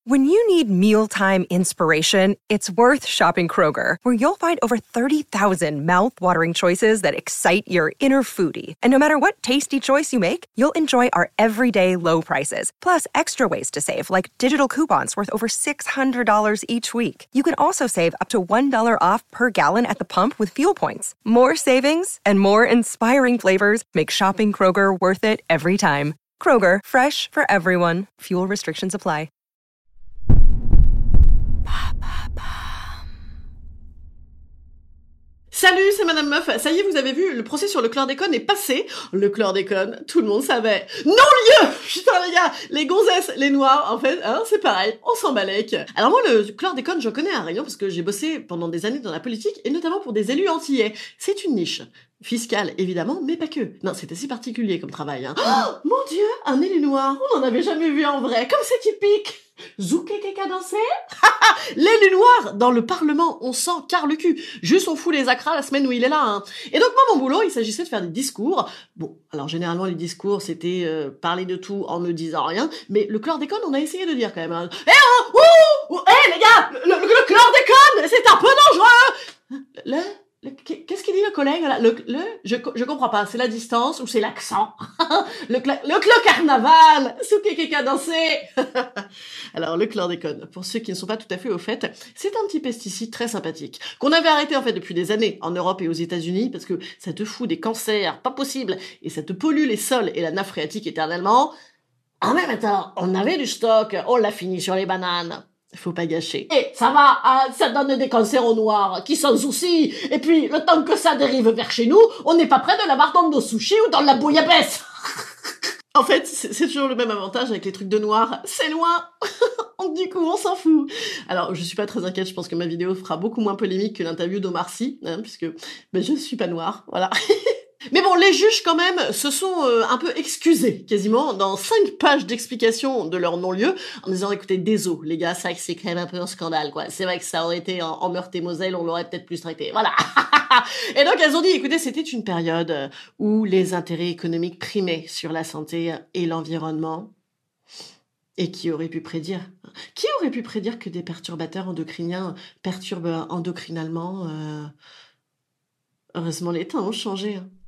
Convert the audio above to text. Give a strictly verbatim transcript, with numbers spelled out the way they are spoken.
When you need mealtime inspiration, it's worth shopping Kroger, where you'll find over thirty thousand mouth-watering choices that excite your inner foodie. And no matter what tasty choice you make, you'll enjoy our everyday low prices, plus extra ways to save, like digital coupons worth over six hundred dollars each week. You can also save up to one dollar off per gallon at the pump with fuel points. More savings and more inspiring flavors make shopping Kroger worth it every time. Kroger, fresh for everyone. Fuel restrictions apply. Salut, c'est Madame Meuf. Ça y est, vous avez vu, le procès sur le chlordécone est passé. Le chlordécone, tout le monde savait. Non-lieu! Putain, les gars, les gonzesses, les noirs, en fait, hein, c'est pareil, on s'en balèque. Alors moi, le chlordécone, je connais un rayon parce que j'ai bossé pendant des années dans la politique et notamment pour des élus antillais. C'est une niche. Fiscale, évidemment, mais pas que. Non, c'est assez particulier comme travail, hein. Oh, mon Dieu, un élu noir, on n'en avait jamais vu en vrai, comme c'est typique. Zouké keka dansé. L'élu noir dans le Parlement, on sent car le cul. Juste on fout les acras la semaine où il est là, hein. Et donc moi, mon boulot, il s'agissait de faire des discours. Bon, alors généralement les discours, c'était euh, parler de tout en ne disant rien, mais le chlordécone, on a essayé de dire quand même. Hein. Eh oh, ouh, ouh, eh les gars, le, le, le chlordécone, c'est un peu dangereux. Le Qu'est-ce qu'il dit le collègue là? Le, le, je, je comprends pas. C'est la distance ou c'est l'accent? le, cla, le clo carnaval, souké keka dansé. Alors le chlordécone, pour ceux qui ne sont pas tout à fait au fait, c'est un petit pesticide très sympathique qu'on avait arrêté en fait depuis des années en Europe et aux États-Unis parce que ça te fout des cancers, pas possible, et ça te pollue les sols et la nappe phréatique éternellement. Ah mais attends, on avait du stock, on l'a fini sur les bananes. Faut pas gâcher. Et ça va, hein, ça donne des cancers au noir, qui s'en soucient. Et puis, le temps que ça dérive vers chez nous, on n'est pas près de l'avoir dans nos sushis ou dans la bouillabaisse. En fait, c'est toujours le même avantage avec les trucs de noir. C'est loin. Du coup, on s'en fout. Alors, je suis pas très inquiète, je pense que ma vidéo fera beaucoup moins polémique que l'interview d'Omar Sy, hein, puisque ben, je suis pas noire, voilà. Mais bon, les juges, quand même, se sont euh, un peu excusés, quasiment, dans cinq pages d'explication de leur non-lieu, en disant, écoutez, désolé, les gars, c'est vrai que c'est quand même un peu un scandale, quoi. C'est vrai que ça aurait été en, en Meurthe-et-Moselle, on l'aurait peut-être plus traité. Voilà. Et donc, elles ont dit, écoutez, c'était une période où les intérêts économiques primaient sur la santé et l'environnement. Et qui aurait pu prédire? Qui aurait pu prédire que des perturbateurs endocriniens perturbent endocrinalement euh... Heureusement, les temps ont changé, hein.